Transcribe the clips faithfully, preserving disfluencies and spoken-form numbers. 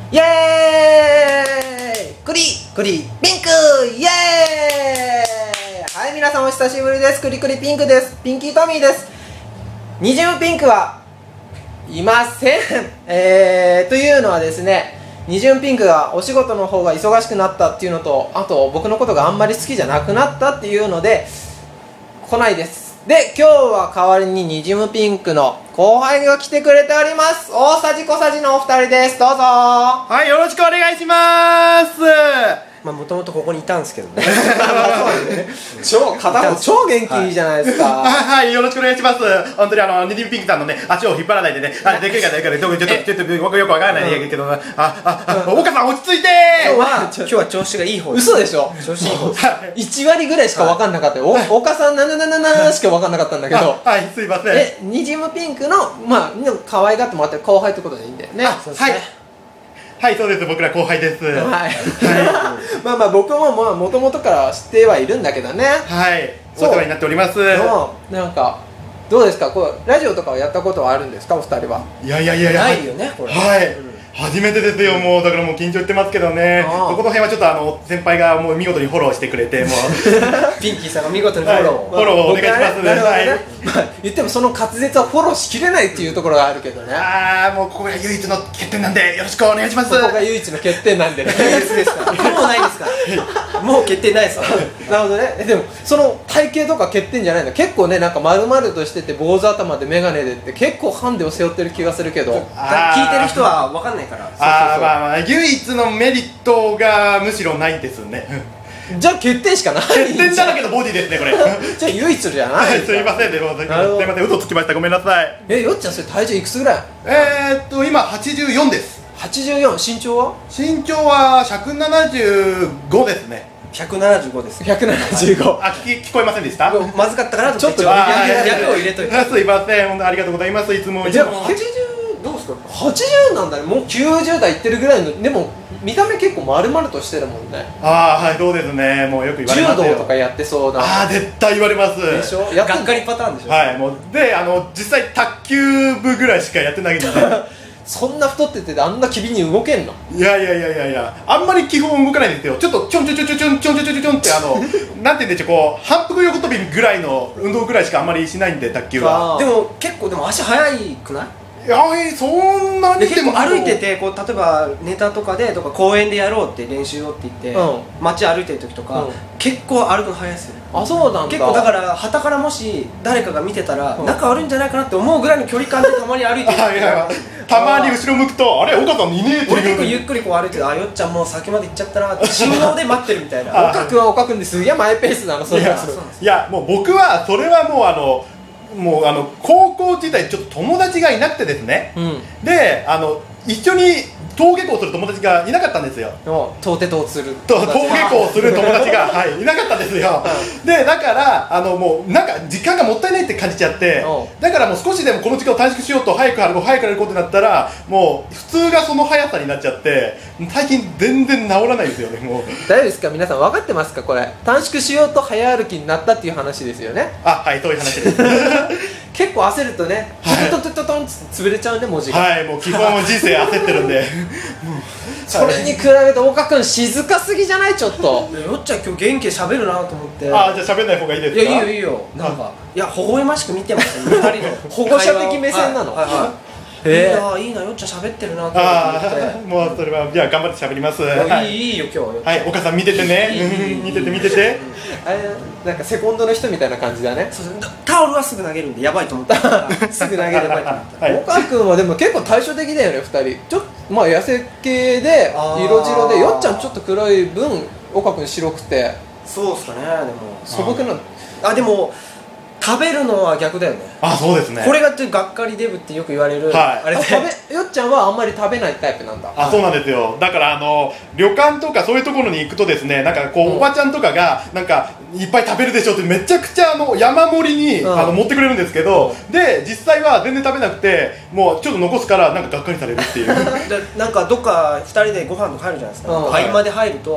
イエーイクリクリピンクイエーイ。はい、皆さんお久しぶりです。クリクリピンクです。ピンキートミーです。にじゅうピンクはいません。えー、というのはですね、にじゅうピンクがお仕事の方が忙しくなったっていうのと、あと僕のことがあんまり好きじゃなくなったっていうので来ないです。で、今日は代わりににじゅうピンクの後輩が来てくれております。大さじ小さじのお二人です。どうぞ。 はい、よろしくお願いします。 まあもともとここにいたんですけどね超片方超元気じゃないですか。 はい、はい、よろしくお願いします。本当にあのにじゅうピンクさんのね足を引っ張らないでね、あれでかいからでかいからちょっとちょっとちょっと僕よくわからないんだけど、あああ岡さん落ち着いて。 今日は今日は調子がいい方です。 嘘でしょ。 調子いい方です。 いち割ぐらいしか分かんなかったよ。お岡さんなななななしか分かんなかったんだけど。 はい、すいません。 え、にじゅうピンクのまあみんな可愛がってもらってる後輩ってことでいいんだよね。 あ、はいはい、そうです。僕ら後輩です。はい、 はい、まあまあ僕もまあもともとから知ってはいるんだけどね。 はい、お世話になっております。 なんかどうですか、こうラジオとかをやったことはあるんですか、お二人は。 いやいやいやいや、 ないよねこれ。 はい、 うん、 初めてですよ。もうだからもう緊張してますけどね。そこの辺はちょっとあの先輩がもう見事にフォローしてくれて、もうピンキーさんが見事にフォローを、 フォローお願いします。 なるほどね、 はい、 まあ、言ってもその滑舌はフォローしきれないっていうところがあるけどね。 ああ、もうここが唯一の欠点なんでよろしくお願いします。 ここが唯一の欠点なんでねですか。もうないですか。もう決定ないですか。 なるほどね。でもその体型とか欠点じゃないの。結構ね、なんか丸々としてて坊主頭で眼鏡でって結構ハンデを背負ってる気がするけど。 聞いてる人は分かんないから。 ああ、まあまあ唯一のメリットがむしろないですね。 じゃあ欠点しかない。 欠点だらけのボディですねこれ。 じゃあ唯一じゃない。 すいませんね、すいません、嘘つきました、ごめんなさい。 え、よっちゃんそれ体重いくつぐらい？ えーっと今はちじゅうよんです。 はちじゅうよん。身長は？ 身長はひゃくななじゅうごですね。 ひゃくななじゅうごです。 ひゃくななじゅうご。 あ、聞き聞こえませんでした？ まずかったかなとちょっと略を入れといて。 すいません、本当にありがとうございます。いつもいつも。 でもはちじゅうどうですか？はちじゅうなんだね。もうきゅうじゅう代いってるぐらいの。でも見た目結構丸々としてるもんね。 ああ、はい、そうですね。もうよく言われますよ。 柔道とかやってそうな。 ああ、絶対言われます。 でしょ。やっがっかりパターンでしょ。 はい、もうで、あの実際卓球部ぐらいしかやってないんで。 そんな太っててあんな機敏に動けんの？ いやいやいやいやいや、あんまり基本動かないんですよ。ちょっとちょんちょんちょんちょんちょんちょんちょんちょんちょんってあのなんて言うんでしょう、こう反復横跳びぐらいの運動ぐらいしかあんまりしないんで、卓球は。 でも結構でも足速いくない？ いやー、そんなにで結構歩いてて、こう例えばネタとかでとか公園でやろうって練習をって言って、 うん、 街歩いてる時とか、うん、結構歩くの速いですよ。 あ、そうなんだ。 結構だから旗からもし誰かが見てたら、うん、仲悪いんじゃないかなって思うぐらいの距離感でたまに歩いてるたまに後ろ向くと、あれ岡さんいねえって。 俺結構ゆっくりこう歩いてて、あ、よっちゃんもう先まで行っちゃったなって信号で待ってるみたいな。 岡君は岡君ですげえマイペースなの。それはそう。 いや、もう僕はそれはもうあのもうあの高校時代ちょっと友達がいなくてですね、うん、であの一緒に登下校する友達がいなかったんですよ。 登下校する登下校する友達が、はい、いなかったんですよ。でだからあのもうなんか時間がもったいないって感じちゃって、だからもう少しでもこの時間を短縮しようと早く歩こう早く歩こうってなったら、もう普通がその速さになっちゃって最近全然治らないですよね。もう大丈夫ですか、皆さん分かってますか？これ短縮しようと早歩きになったっていう話ですよね。 あ、はい、そういう話です。 結構焦るとね、トントントントンって潰れちゃうんで、文字が。 はい、もう基本人生焦ってるんでそれに比べて岡君静かすぎじゃない？ちょっとよっちゃん今日元気で喋るなと思って。 あ、じゃあ喋んない方がいいですか？ いや、いいよいいよ。なんかいや、微笑ましく見てましたね、ふたりの保護者的目線なの。 はいはいはい、いいな、いいな、よっちゃん喋ってるなと思って。 あ、もうそれはじゃあ頑張って喋ります。 はい、いいよ今日。 はい、岡さん見ててね。見てて見てて。 あれなんかセコンドの人みたいな感じだね。 タオルはすぐ投げるんでやばいと思った。 すぐ投げればいいと思った。岡君はでも結構対照的だよね、ふたり。ちょっとまあ痩せ系で色白で、よっちゃんちょっと黒い分岡君白くて。 そうっすかね。でも素朴な。 あ、でも食べるのは逆だよね。 あ、そうですね。 これがちょっとがっかりデブってよく言われる、 はい、 あれで。 食べよっちゃんはあんまり食べないタイプなんだ。 あ、そうなんですよ。だからあの旅館とかそういうところに行くとですね、なんかこう、うん、おばちゃんとかがなんかいっぱい食べるでしょってめちゃくちゃあの山盛りに、うん、あの持ってくれるんですけど、で実際は全然食べなくてもうちょっと残すからなんかがっかりされるっていう。 でなんかどっかふたりでご飯とか入るじゃないですか。合間で入ると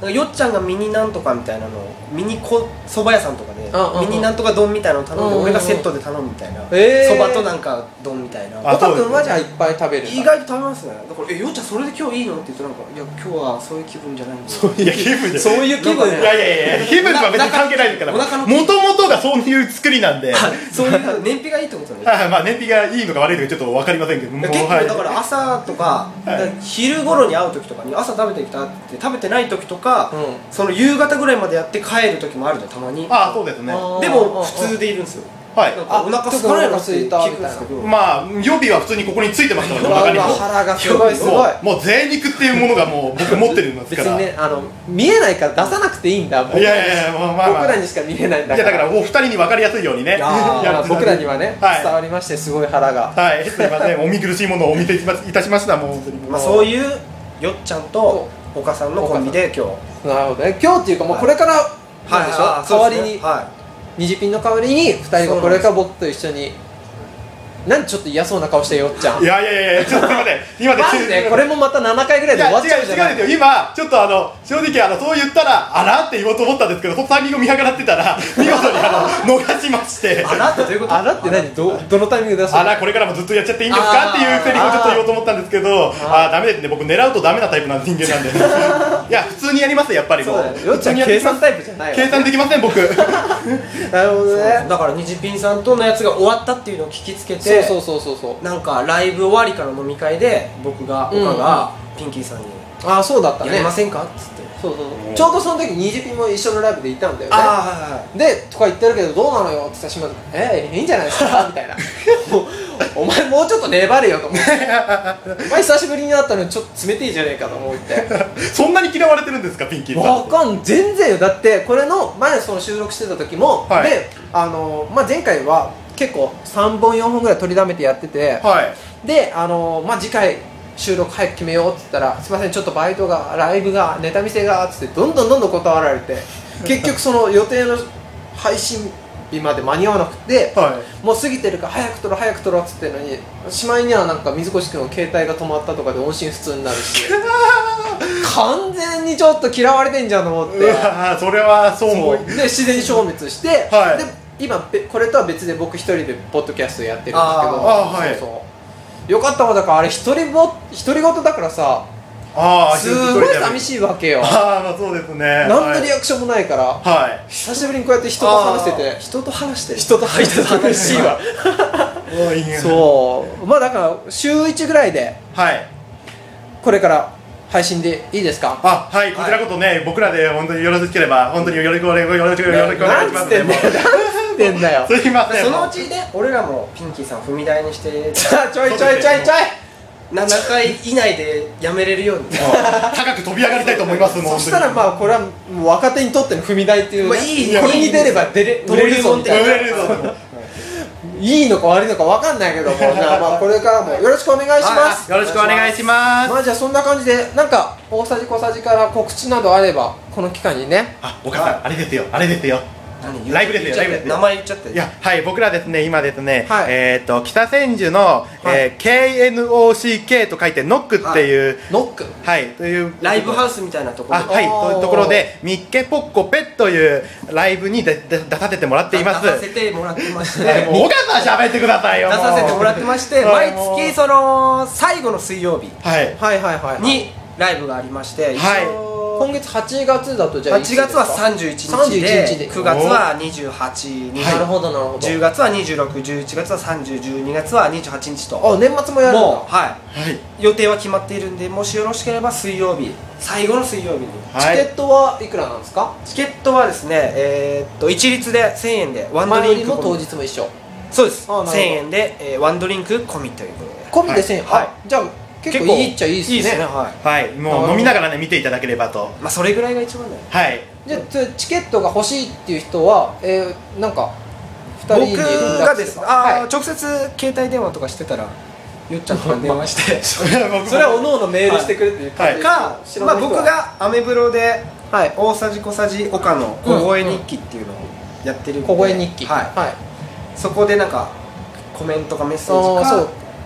かよっちゃんがミニなんとかみたいなのをミニこ蕎麦屋さんとかでうんうんうんミニなんとか丼みたいなのを頼んで、 うんうんうん俺がセットで頼むみたいな、 へー蕎麦となんか丼みたいな。 あ岡君はじゃあいっぱい食べるんだ。 意外と食べますね。だから「えよっちゃんそれで今日いいの?」って言うとなんか「いや今日はそういう気分じゃないんで」 いや気分でそういう気分なんかねいやいやいや気分とは別に関係ないですからお腹のもともとがそういう作りなんでそういう燃費がいいってことね。 あまあ燃費がいいのか悪いのかちょっと分かりませんけどもう結構はいだから朝とか、 はいだから昼頃に会う時とかに朝食べてきたって食べてない時とか、 うんその夕方ぐらいまでやって帰る時もあるじゃんたまに。 あそうですねあーでも普通でいるんですよ。 はいなんかお腹空かないのって聞くんですけど、 まあ予備は普通にここについてますからねうわうわお腹にも腹がすごいすごい。 もうもう贅肉っていうものがもう僕持ってるんです別からにねあの見えないから出さなくていいんだ。僕いやいやいやもうまあまあ僕らにしか見えないんだいやだからお二人に分かりやすいようにねあーやまあ僕らにはね、 はい伝わりましてすごい腹が。 はいすいませんお見苦しいものをお見せいたしましたもう本当にまあ、そういうよっちゃんと岡さんのコンビで今日なるほどね。今日っていうかもうこれからなんでしょ、 あー代わりにそうですねは虹ピンの代わりにふたりがこれから僕と一緒に。なんでちょっと嫌そうな顔してよっちゃん。 いやいやいやちょっと待って今でマジでこれもまたななかいぐらいいやで終わっちゃうじゃない。 違う違うんですよ今ちょっとあの正直あのそう言ったらあらって言おうと思ったんですけどそのタイミングを見計らってたら見事にあの逃しましてい。あらってどういうこと？ あらって何どどのタイミングで出すの？ あらこれからもずっとやっちゃっていいんですかっていうセリフをちょっと言おうと思ったんですけどあーダメですね僕狙うとダメなタイプな人間なんでいや普通にやりますやっぱりもそうだよ。よっちゃん計算タイプじゃないわ。 計算できません僕なるほどね。 だからにじぴんさんとのやつが終わったっていうのを聞きつけて、 そうそうそうそうそう。 なんかライブ終わりからの飲み会で僕がうん岡がピンキーさんにああそうだったね。 やりませんかっつって、 そうそうそう。ちょうどその時虹ピンも一緒のライブでいたんだよね。 ああはいはいでとか言ってるけどどうなのよってさ島田君えー、いいんじゃないですかみたいなもうお前もうちょっと粘れよと思ってお前久しぶりに会ったのにちょっと冷てえじゃねえかと思ってそんなに嫌われてるんですかピンキーさんわかん全然よだってこれの前その収録してた時も、 はいであの、まあ、前回は結構さんぼんよんほんぐらい取りだめてやってて、 はいであの、まあ、次回収録早く決めようって言ったらすいませんちょっとバイトがライブがネタ見せがっつってどんどんどんどん断られて結局その予定の配信日まで間に合わなくて、 はもう過ぎてるから早く撮ろう早く撮ろうっつってのにしまいにはなんか水越君の携帯が止まったとかで音信不通になるし完全にちょっと嫌われてんじゃんと思ってうわーそれはそう思いそうで自然消滅して、 はいで今べこれとは別で僕一人でポッドキャストやってるんですけどあーはいそうそうよかったわだからあれ一人ぼ独り言だからさああすごい寂いしいわけよああまあそうですね何のリアクションもないから、 はい久しぶりにこうやって人と話してて人と話してる人と話してて寂しいわおーいいねそうまあだから週いちぐらいではいこれから配信でいいですかあはいこちらこそね僕らで本当によろしければ本当によろしくお願いよろしくお願いしなんつますってんだよなんつってんだよすいませんそのうちね俺らもピンキーさん踏み台にしてちょいちょいちょいちょいななかい以内でやめれるように高く飛び上がりたいと思いますもうそしたらまあこれはもう若手にとっての踏み台っていうね、 まあいいこれに出れば出れ売れるぞみたいな売れるぞいいのか悪いのか分かんないけどもじゃあまあこれからもよろしくお願いしますよろしくお願いしますまあじゃあそんな感じでなんか大さじ小さじから告知などあればこの期間にねあお母さんあれですよあれですよ何ライブですよライブですよ名前言っちゃっていやはい僕らですね今ですね、 はいえっ、ー、と北千住の、えー、ケーエヌオーシーケー と書いてノックっていうノックはい、というライブハウスみたいなところであはいあーというところでミッケポッコペというライブにでで出させてもらっています出させてもらってましてはいもうお母さん喋ってくださいよ出させてもらってましてはい毎月その最後の水曜日はいはいはいはいにライブがありましてはい一応今月はちがつだとじゃあはちがつはさんじゅういちにちでさんじゅういちにちでくがつはにじゅうはちにちなるほどなるほどじゅうがつはにじゅうろく、じゅういちがつはさんじゅう、じゅうにがつはにじゅうはちにちとあ年末もやるんだもうははいい予定は決まっているんでもしよろしければ水曜日最後の水曜日にはいチケットはいくらなんですかチケットはですねえーっと一律でせんえんでワンド前よりもリンク込み当日も一緒そうですあなるほどせんえんで、えーワンドリンク込みということで込みでせんえんはいあじゃあ結構いいっちゃいいですねいいですねはいはいもう飲みながらね見ていただければとまあそれぐらいが一番だよはいじゃあチケットが欲しいっていう人はえー、なんかふたりに僕連絡がですねあー、 はい直接携帯電話とかしてたらよっちゃんとかに電話して僕それはおのおのメールしてくれっていう感じですか、まあ、僕がアメブロではい大さじ小さじ岡の小声日記っていうのをやってるんで小声日記はいはいそこでなんかコメントかメッセージかあーそう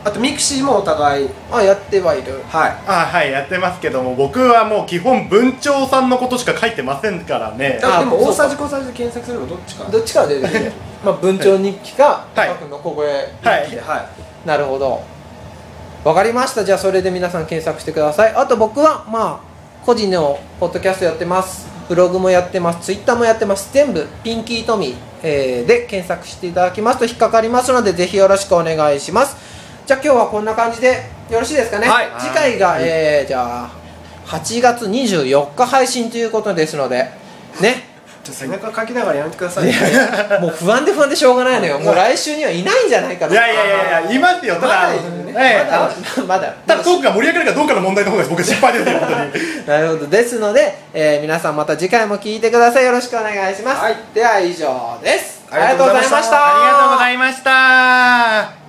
あとミクシーもお互いあやってはいる。 はいあはいやってますけども、僕はもう基本文鳥さんのことしか書いてませんからね。 あでもそうか大さじ小さじで検索すればどっちかどっちから出てくるまあ文鳥日記かはい僕の小声はいではなるほど、わかりました。じゃあそれで皆さん検索してください。あと僕はまあ個人のポッドキャストやってます、ブログもやってます、ツイッターもやってます。全部ピンキートミー、えーで検索していただきますと引っかかりますので、ぜひよろしくお願いします。じゃあ今日はこんな感じでよろしいですかね。 はい次回が、えー、じゃあはちがつにじゅうよっか配信ということですのでね。 い背中かきながらやめてくださいいやいやもう不安で不安でしょうがないのよ。もう来週にはいないんじゃないかな。 いやいやいやいやいますよ。ただまだあのいるね、 ええまだまだただトークが盛り上がるかどうかの問題の方が僕は心配ですよ本当に。 なるほど。ですので、えー皆さんまた次回も聞いてください。よろしくお願いします、 はいでは以上です。 ありがとうございましたありがとうございました。 ありがとうございました。